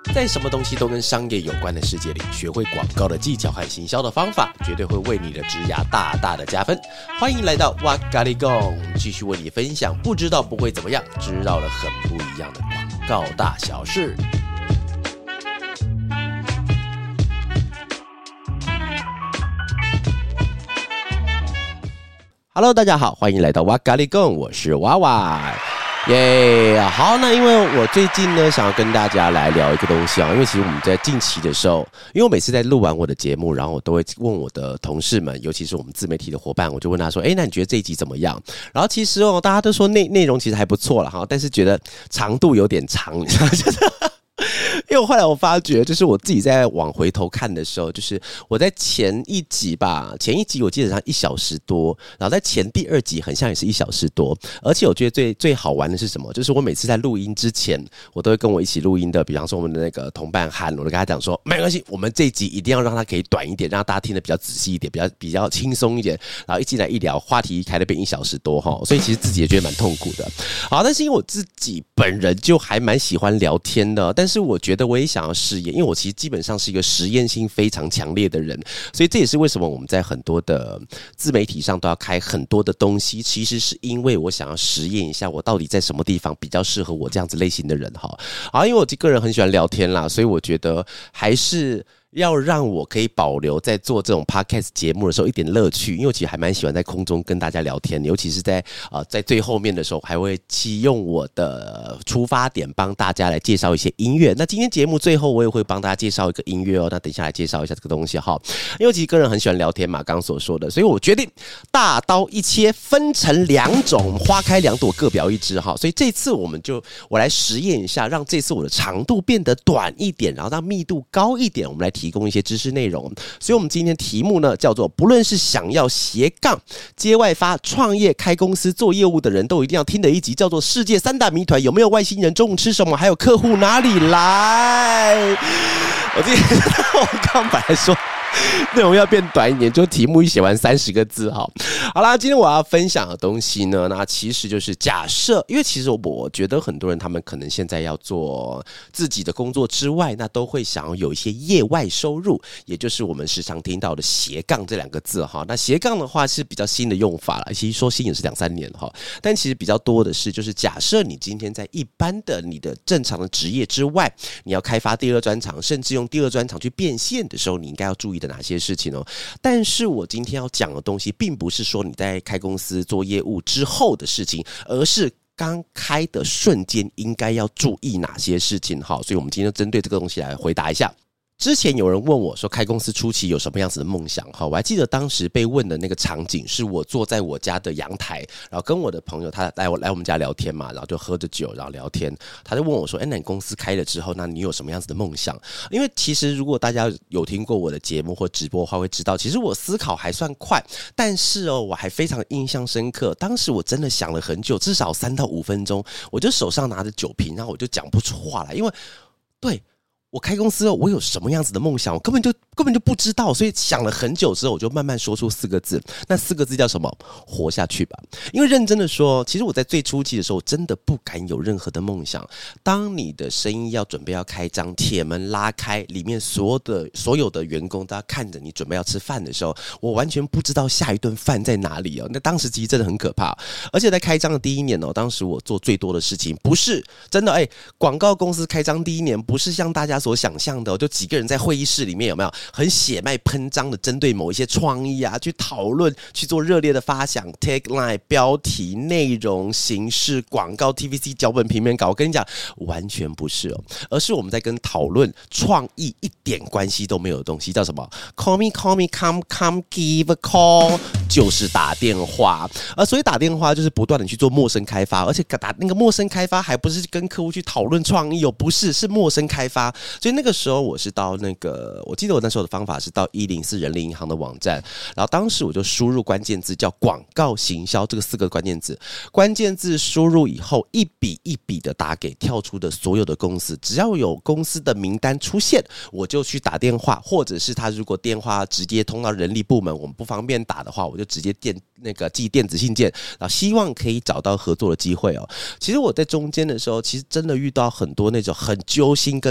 在什么东西都跟商业有关的世界里，学会广告的技巧和行销的方法，绝对会为你的职涯大大的加分。欢迎来到哇咖哩贡，继续为你分享不知道不会怎么样，知道了很不一样的广告大小事。Hello， 大家好，欢迎来到哇咖哩贡，我是娃娃。耶，好，那因为我最近呢，想要跟大家来聊一个东西啊，因为其实我们在近期的时候，因为我每次在录完我的节目，然后我都会问我的同事们，尤其是我们自媒体的伙伴，我就问他说，那你觉得这一集怎么样？然后其实大家都说内容其实还不错啦哈，但是觉得长度有点长，你知道吗？因为后来我发觉，就是我自己在往回头看的时候，就是我在前一集我记得上1小时多，然后在第二集很像也是1小时多，而且我觉得最好玩的是什么？就是我每次在录音之前，我都会跟我一起录音的，比方说我们的那个同伴韩，我就跟他讲说，没关系，我们这一集一定要让它可以短一点，让大家听得比较仔细一点，比较轻松一点，然后一进来一聊，话题一开了变1小时多齁，所以其实自己也觉得蛮痛苦的。好，但是因为我自己本人就还蛮喜欢聊天的，但是我觉得我也想要试验，因为我其实基本上是一个实验性非常强烈的人，所以这也是为什么我们在很多的自媒体上都要开很多的东西，其实是因为我想要实验一下我到底在什么地方比较适合我这样子类型的人哈。好，因为我个人很喜欢聊天啦，所以我觉得还是要让我可以保留在做这种 podcast 节目的时候一点乐趣，因为我其实还蛮喜欢在空中跟大家聊天，尤其是在最后面的时候，还会用我的出发点帮大家来介绍一些音乐。那今天节目最后我也会帮大家介绍一个音乐哦，那等一下来介绍一下这个东西哈。因为其实个人很喜欢聊天嘛，刚刚所说的，所以我决定大刀一切，分成2种，花开2朵各表一枝哈。所以这次我来实验一下，让这次我的长度变得短一点，然后让密度高一点，我们来提供一些知识内容。所以我们今天题目呢叫做不论是想要斜杠接外发创业开公司做业务的人都一定要听的一集，叫做世界3大谜团，有没有外星人，中午吃什么，还有客户哪里来。我刚本来说内容要变短一点，就题目一写完30个字好啦，今天我要分享的东西呢，那其实就是假设，因为其实我觉得很多人他们可能现在要做自己的工作之外，那都会想要有一些业外收入，也就是我们时常听到的斜杠这2个字哈。那斜杠的话是比较新的用法啦，其实说新也是2-3年哈，但其实比较多的是，就是假设你今天在一般的你的正常的职业之外，你要开发第2专长，甚至用第2专长去变现的时候，你应该要注意的哪些事情哦。但是我今天要讲的东西并不是说你在开公司做业务之后的事情，而是刚开的瞬间应该要注意哪些事情。好，所以我们今天就针对这个东西来回答一下。之前有人问我说开公司初期有什么样子的梦想，我还记得当时被问的那个场景是我坐在我家的阳台，然后跟我的朋友他来我们家聊天嘛，然后就喝着酒然后聊天，他就问我说那你公司开了之后，那你有什么样子的梦想？因为其实如果大家有听过我的节目或直播的话会知道，其实我思考还算快，但是我还非常印象深刻，当时我真的想了很久，至少3到5分钟，我就手上拿着酒瓶，然后我就讲不出话来，因为对我开公司我有什么样子的梦想，我根本就不知道，所以想了很久之后，我就慢慢说出4个字。那4个字叫什么？活下去吧。因为认真的说，其实我在最初期的时候，真的不敢有任何的梦想。当你的生意准备要开张，铁门拉开，里面所有的员工都要看着你准备要吃饭的时候，我完全不知道下一顿饭在哪里哦。那当时其实真的很可怕，而且在开张的第1年当时我做最多的事情，不是真的广告公司开张第1年，不是像大家所想象的就几个人在会议室里面有没有很血脉喷张的针对某一些创意去讨论，去做热烈的发想 tagline 标题内容形式广告 TVC 脚本平面稿。我跟你讲完全不是而是我们在跟讨论创意一点关系都没有的东西，叫什么 call me come give a call， 就是打电话。所以打电话就是不断的去做陌生开发，而且打那个陌生开发还不是跟客户去讨论创意不是，是陌生开发。所以那个时候我是到我记得我那时候的方法是到104人力银行的网站，然后当时我就输入关键字叫广告行销这个4个关键字输入以后，一笔一笔的打给跳出的所有的公司，只要有公司的名单出现，我就去打电话，或者是他如果电话直接通到人力部门，我们不方便打的话，我就直接寄电子信件，然后希望可以找到合作的机会其实我在中间的时候，其实真的遇到很多那种很揪心跟疲累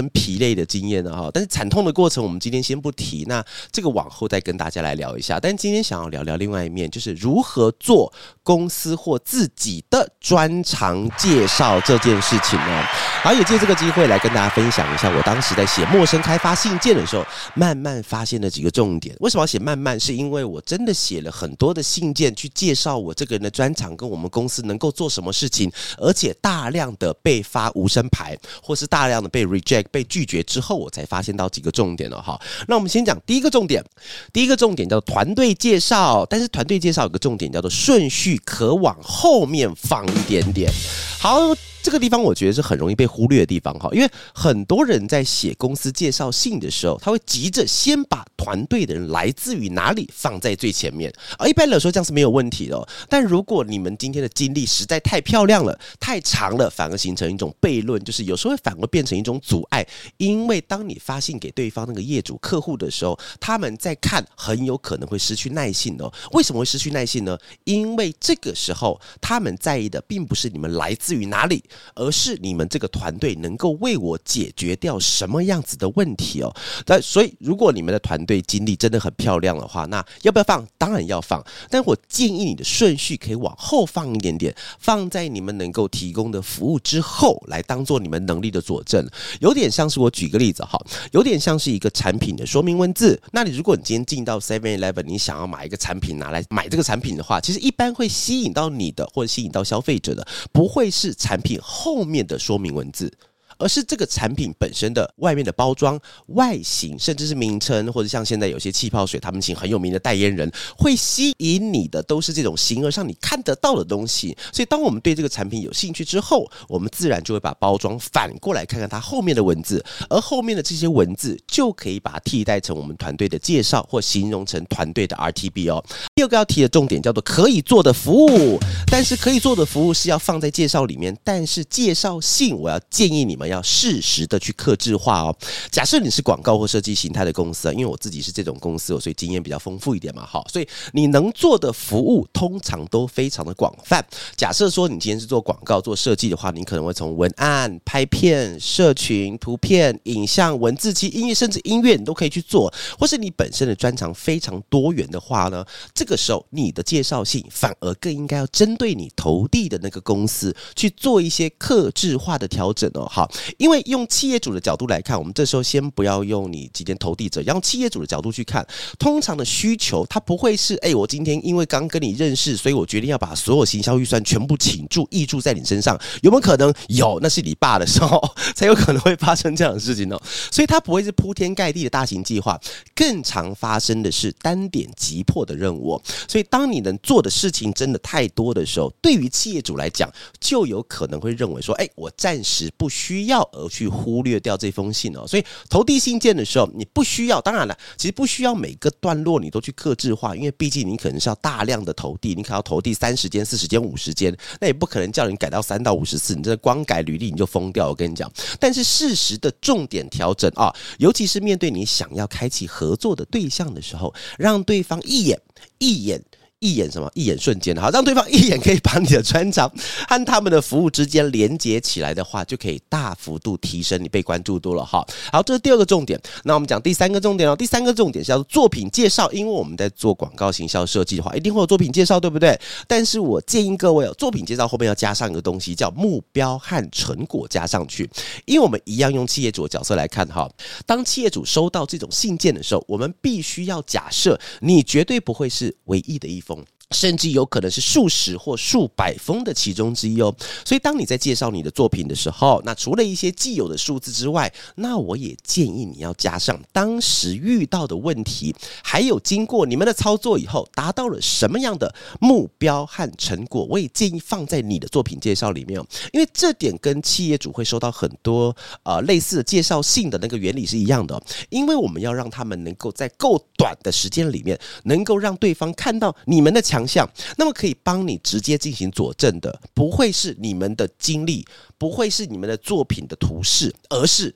MBA 的经验了但是惨痛的过程我们今天先不提，那这个往后再跟大家来聊一下。但今天想要聊聊另外一面，就是如何做公司或自己的专长介绍这件事情呢。然后也借这个机会来跟大家分享一下，我当时在写陌生开发信件的时候，慢慢发现的几个重点。为什么要写慢慢？是因为我真的写了很多的信件去介绍我这个人的专长跟我们公司能够做什么事情，而且大量的被发无声牌，或是大量的被 reject 被拒绝之后，我才发现到几个重点了哈。那我们先讲第一个重点，第一个重点叫做团队介绍，但是团队介绍有个重点叫做顺序可往后面放一点点。好，这个地方我觉得是很容易被忽略的地方哈，因为很多人在写公司介绍信的时候，他会急着先把团队的人来自于哪里放在最前面，一般来说这样是没有问题的但如果你们今天的经历实在太漂亮了、太长了，反而形成一种悖论，就是有时候会反而变成一种阻碍。因为当你发信给对方那个业主客户的时候，他们在看很有可能会失去耐性为什么会失去耐性呢？因为这个时候他们在意的并不是你们来自于哪里，而是你们这个团队能够为我解决掉什么样子的问题所以如果你们的团队经历真的很漂亮的话，那要不要放？当然要放，但我建议你的顺序可以往后放一点点，放在你们能够提供的服务之后，来当做你们能力的佐证。有点像是我举个例子有点像是一个产品的说明文字。那如果你今天进到 7-Eleven， 你想要买一个产品拿来买这个产品的话，其实一般会吸引到你的或者吸引到消费者的，不会是产品后面的说明文字，而是这个产品本身的外面的包装、外形，甚至是名称，或者像现在有些气泡水，他们请很有名的代言人，会吸引你的都是这种形而上你看得到的东西。所以当我们对这个产品有兴趣之后，我们自然就会把包装反过来看看它后面的文字，而后面的这些文字就可以把它替代成我们团队的介绍，或形容成团队的 RTB 第二个要提的重点叫做可以做的服务，但是可以做的服务是要放在介绍里面，但是介绍信我要建议你们要适时的去客制化假设你是广告或设计形态的公司因为我自己是这种公司所以经验比较丰富一点嘛所以你能做的服务通常都非常的广泛。假设说你今天是做广告做设计的话，你可能会从文案、拍片、社群、图片、影像、文字、音乐，甚至音乐你都可以去做，或是你本身的专长非常多元的话呢，这个时候你的介绍信反而更应该要针对你投递的那个公司去做一些客制化的调整好，因为用企业主的角度来看，我们这时候先不要用你今天投递者，要用企业主的角度去看，通常的需求它不会是我今天因为刚跟你认识，所以我决定要把所有行销预算全部挹注在你身上，有没有可能？有，那是你爸的时候才有可能会发生这样的事情所以它不会是铺天盖地的大型计划，更常发生的是单点急迫的任务所以当你能做的事情真的太多的时候，对于企业主来讲就有可能会认为说我暂时不需要而去忽略掉这封信所以投递信件的时候你不需要，当然了其实不需要每个段落你都去客制化，因为毕竟你可能是要大量的投递，你可能要投递30间、40间、50间，那也不可能叫你改到3到50次，你这光改履历你就疯掉，我跟你讲。但是适时的重点调整尤其是面对你想要开启合作的对象的时候，让对方一眼瞬间让对方一眼可以把你的专长和他们的服务之间连接起来的话，就可以大幅度提升你被关注度了好，这是第二个重点。那我们讲第三个重点第三个重点是要作品介绍，因为我们在做广告行销设计的话，一定会有作品介绍，对不对？但是我建议各位作品介绍后面要加上一个东西，叫目标和成果加上去。因为我们一样用企业主的角色来看当企业主收到这种信件的时候，我们必须要假设你绝对不会是唯一的一封，甚至有可能是数十或数百封的其中之一所以当你在介绍你的作品的时候，那除了一些既有的数字之外，那我也建议你要加上当时遇到的问题，还有经过你们的操作以后达到了什么样的目标和成果，我也建议放在你的作品介绍里面因为这点跟企业主会收到很多类似的介绍信的那个原理是一样的因为我们要让他们能够在够短的时间里面能够让对方看到你们的强项，那么可以帮你直接进行佐证的不会是你们的经历，不会是你们的作品的图示，而是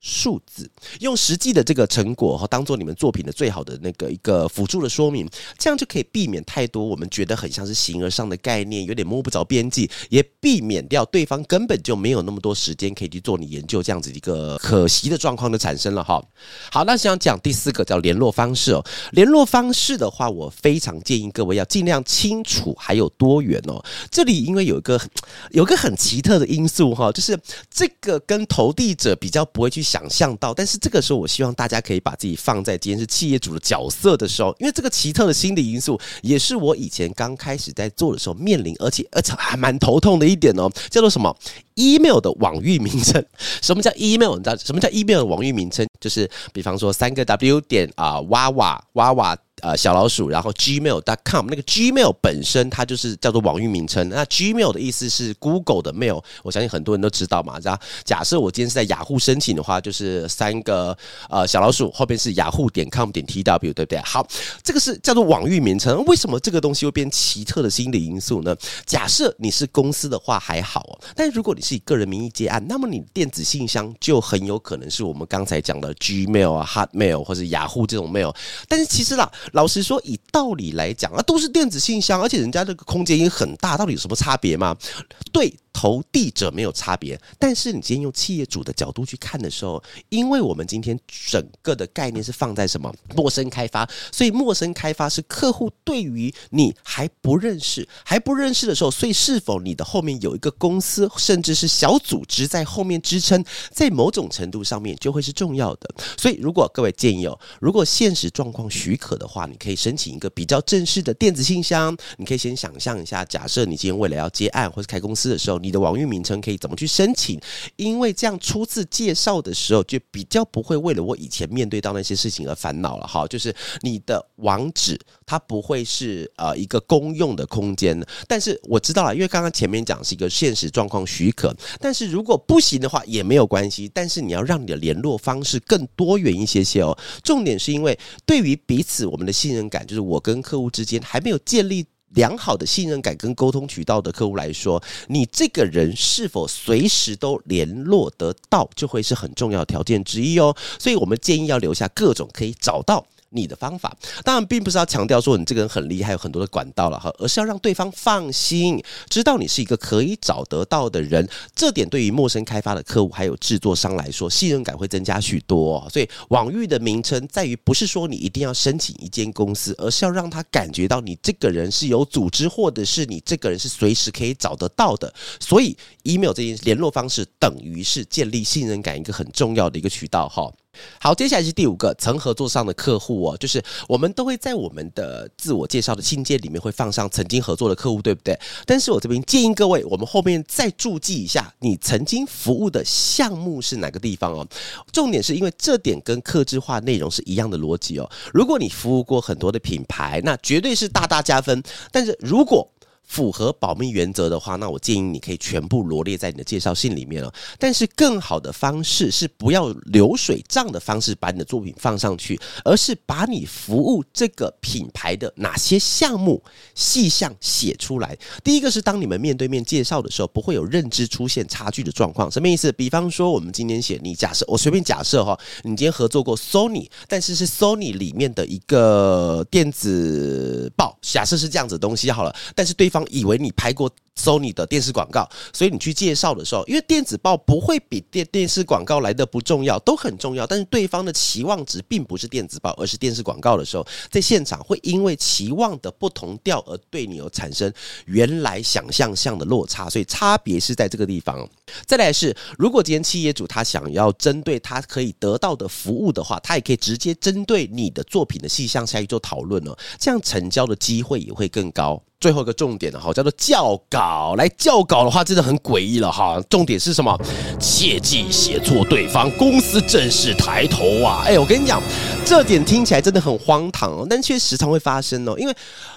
数字，用实际的这个成果当做你们作品的最好的那个一个辅助的说明，这样就可以避免太多我们觉得很像是形而上的概念，有点摸不着边际，也避免掉对方根本就没有那么多时间可以去做你研究这样子一个可惜的状况就产生了哈。好，那想讲第4个叫联络方式哦。联络方式的话，我非常建议各位要尽量清楚还有多元哦。这里因为有一个很奇特的因素哈，就是这个跟投递者比较不会去想象到，但是这个时候我希望大家可以把自己放在今天是企业主的角色的时候，因为这个奇特的心理因素也是我以前刚开始在做的时候面临，而且还蛮头痛的一点哦，叫做什么？email 的网域名称。什么叫 email？ 你知道什么叫 email 的网域名称？就是比方说3个 W 点娃娃小老鼠，然后 gmail.com， 那个 Gmail 本身它就是叫做网域名称。那 Gmail 的意思是 Google 的 mail， 我相信很多人都知道嘛。假设我今天是在雅虎申请的话，就是3个小老鼠后边是yahoo.com.tw， 对不对？好，这个是叫做网域名称。为什么这个东西会变奇特的心理因素呢？假设你是公司的话还好哦，但如果你是以个人名义接案，那么你的电子信箱就很有可能是我们刚才讲的 Gmail Hotmail 或者雅虎这种 mail。但是其实老实说，以道理来讲都是电子信箱，而且人家这个空间也很大，到底有什么差别吗？对投递者没有差别，但是你今天用企业主的角度去看的时候，因为我们今天整个的概念是放在什么陌生开发，所以陌生开发是客户对于你还不认识的时候，所以是否你的后面有一个公司甚至是小组织在后面支撑，在某种程度上面就会是重要的。所以如果各位建议如果现实状况许可的话，你可以申请一个比较正式的电子信箱。你可以先想象一下，假设你今天为了要接案或是开公司的时候，你的网域名称可以怎么去申请，因为这样初次介绍的时候就比较不会为了我以前面对到那些事情而烦恼了哈。就是你的网址它不会是一个公用的空间，但是我知道了，因为刚刚前面讲是一个现实状况许可，但是如果不行的话也没有关系，但是你要让你的联络方式更多元一些哦。重点是因为对于彼此我们的信任感，就是我跟客户之间还没有建立良好的信任感跟沟通渠道的客户来说，你这个人是否随时都联络得到，就会是很重要的条件之一哦。所以我们建议要留下各种可以找到你的方法，当然并不是要强调说你这个人很厉害有很多的管道了，而是要让对方放心，知道你是一个可以找得到的人。这点对于陌生开发的客户还有制作商来说，信任感会增加许多。所以网域的名称在于不是说你一定要申请一间公司，而是要让他感觉到你这个人是有组织，或者是你这个人是随时可以找得到的。所以 email 这件联络方式等于是建立信任感一个很重要的一个渠道。好，接下来是第5个，曾合作上的客户就是我们都会在我们的自我介绍的信件里面会放上曾经合作的客户，对不对？但是我这边建议各位，我们后面再注记一下你曾经服务的项目是哪个地方重点是因为这点跟客制化内容是一样的逻辑如果你服务过很多的品牌，那绝对是大大加分。但是如果符合保密原则的话，那我建议你可以全部罗列在你的介绍信里面但是更好的方式是不要流水账的方式把你的作品放上去，而是把你服务这个品牌的哪些项目细项写出来。第一个是当你们面对面介绍的时候，不会有认知出现差距的状况。什么意思？比方说我们今天写，你假设我随便假设你今天合作过 Sony， 但是是 Sony 里面的一个电子报，假设是这样子的东西好了，但是对方以为你拍过 Sony 的电视广告，所以你去介绍的时候，因为电子报不会比电视广告来的不重要，都很重要，但是对方的期望值并不是电子报而是电视广告的时候，在现场会因为期望的不同调而对你有产生原来想象上的落差，所以差别是在这个地方。再来是，如果今天企业主他想要针对他可以得到的服务的话，他也可以直接针对你的作品的细项下去做讨论这样成交的机会也会更高。最后一个重点叫做校稿。来校稿的话真的很诡异了重点是什么？切忌写错对方公司正式抬头我跟你讲，这点听起来真的很荒唐但却时常会发生因为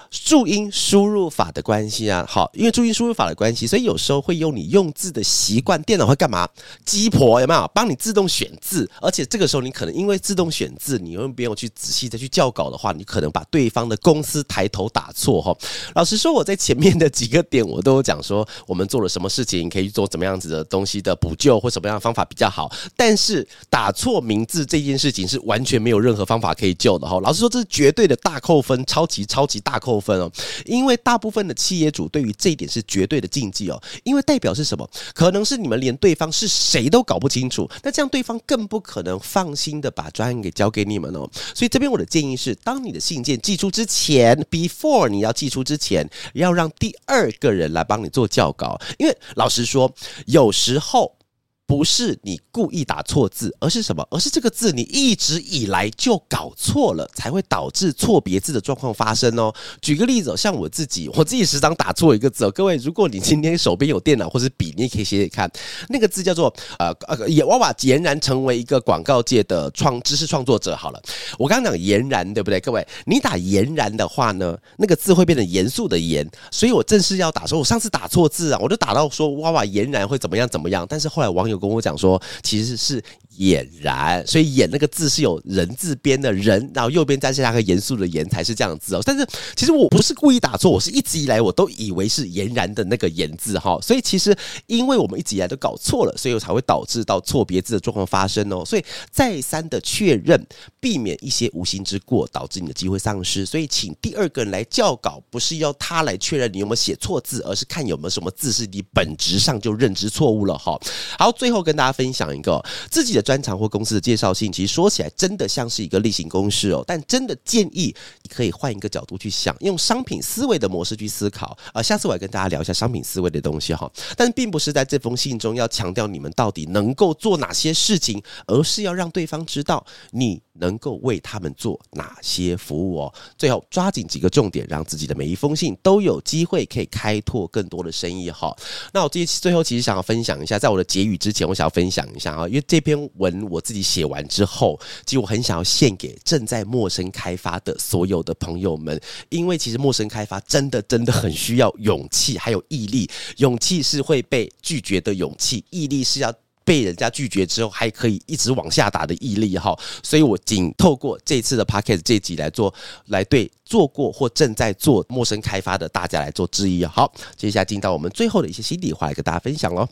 注音输入法的关系啊，好，因为注音输入法的关系，所以有时候会用你用字的习惯，电脑会干嘛？鸡婆有没有？帮你自动选字，而且这个时候你可能因为自动选字，你又没有去仔细的去校稿的话，你可能把对方的公司抬头打错哈。老实说，我在前面的几个点我都有讲说，我们做了什么事情，可以做怎么样子的东西的补救，或什么样的方法比较好。但是打错名字这件事情是完全没有任何方法可以救的哈。老实说，这是绝对的大扣分，超级大扣分哦。因为大部分的企业主对于这一点是绝对的禁忌哦。因为代表是什么？可能是你们连对方是谁都搞不清楚，那这样对方更不可能放心的把专案给交给你们哦。所以这边我的建议是，当你的信件寄出之前 ，before 你要寄出之前，要让第二个人来帮你做校稿。因为老实说，有时候不是你故意打错字，而是什么？而是这个字你一直以来就搞错了，才会导致错别字的状况发生哦。举个例子哦，像我自己时常打错一个字哦。各位，如果你今天手边有电脑或是笔，你也可以写写看，那个字叫做娃娃俨然成为一个广告界的知识创作者好了。我刚刚讲俨然，对不对？各位，你打俨然的话呢，那个字会变成严肃的严，所以我正式要打说，我上次打错字啊，我就打到说娃娃俨然会怎么样，但是后来网友跟我讲说，其实是俨然，所以俨那个字是有人字边的人，然后右边再加个严肃的严才是这样字哦。但是其实我不是故意打错，我是一直以来我都以为是俨然的那个俨字哈。所以其实因为我们一直以来都搞错了，所以才会导致到错别字的状况发生哦。所以再三的确认，避免一些无心之过导致你的机会丧失。所以请第二个人来校稿，不是要他来确认你有没有写错字，而是看有没有什么字是你本质上就认知错误了哈。好，最后跟大家分享一个自己的专长或公司的介绍信，其实说起来真的像是一个例行公事哦，但真的建议你可以换一个角度去想，用商品思维的模式去思考。下次我来跟大家聊一下商品思维的东西哈，但并不是在这封信中要强调你们到底能够做哪些事情，而是要让对方知道你能够为他们做哪些服务哦。最后抓紧几个重点，让自己的每一封信都有机会可以开拓更多的生意哈。那我最后其实想要分享一下，在我的结语之前，我想要分享一下啊，因为这篇文我自己写完之后，其实我很想要献给正在陌生开发的所有的朋友们，因为其实陌生开发真的很需要勇气，还有毅力。勇气是会被拒绝的勇气，毅力是要被人家拒绝之后还可以一直往下打的毅力哈。所以我仅透过这次的 podcast 这一集来对做过或正在做陌生开发的大家来做质疑。好，接下来进到我们最后的一些心里话来跟大家分享咯。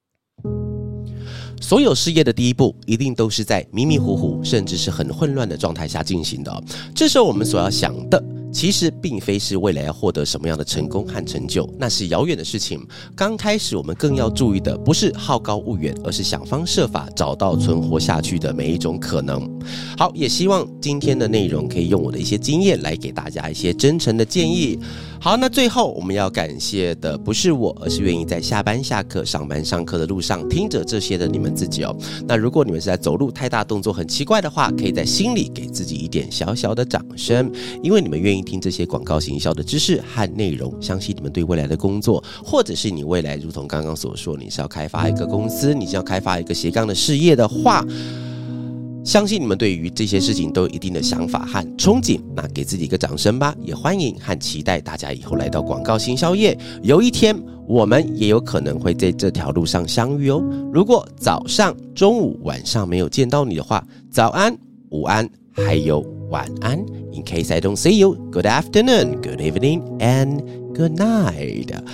所有事业的第一步一定都是在迷迷糊糊甚至是很混乱的状态下进行的这时候我们所要想的其实并非是未来要获得什么样的成功和成就，那是遥远的事情。刚开始我们更要注意的不是好高骛远，而是想方设法找到存活下去的每一种可能。好，也希望今天的内容可以用我的一些经验来给大家一些真诚的建议。好，那最后我们要感谢的不是我，而是愿意在下班下课上班上课的路上听着这些的你们自己哦。那如果你们是在走路太大动作很奇怪的话，可以在心里给自己一点小小的掌声，因为你们愿意听这些广告行销的知识和内容，相信你们对未来的工作，或者是你未来如同刚刚所说，你是要开发一个公司，你是要开发一个斜杠的事业的话，相信你们对于这些事情都有一定的想法和憧憬，那给自己一个掌声吧。也欢迎和期待大家以后来到广告行销业，有一天我们也有可能会在这条路上相遇哦。如果早上、中午、晚上没有见到你的话，早安、午安还有晚安。In case I don't see you, good afternoon, good evening and good night.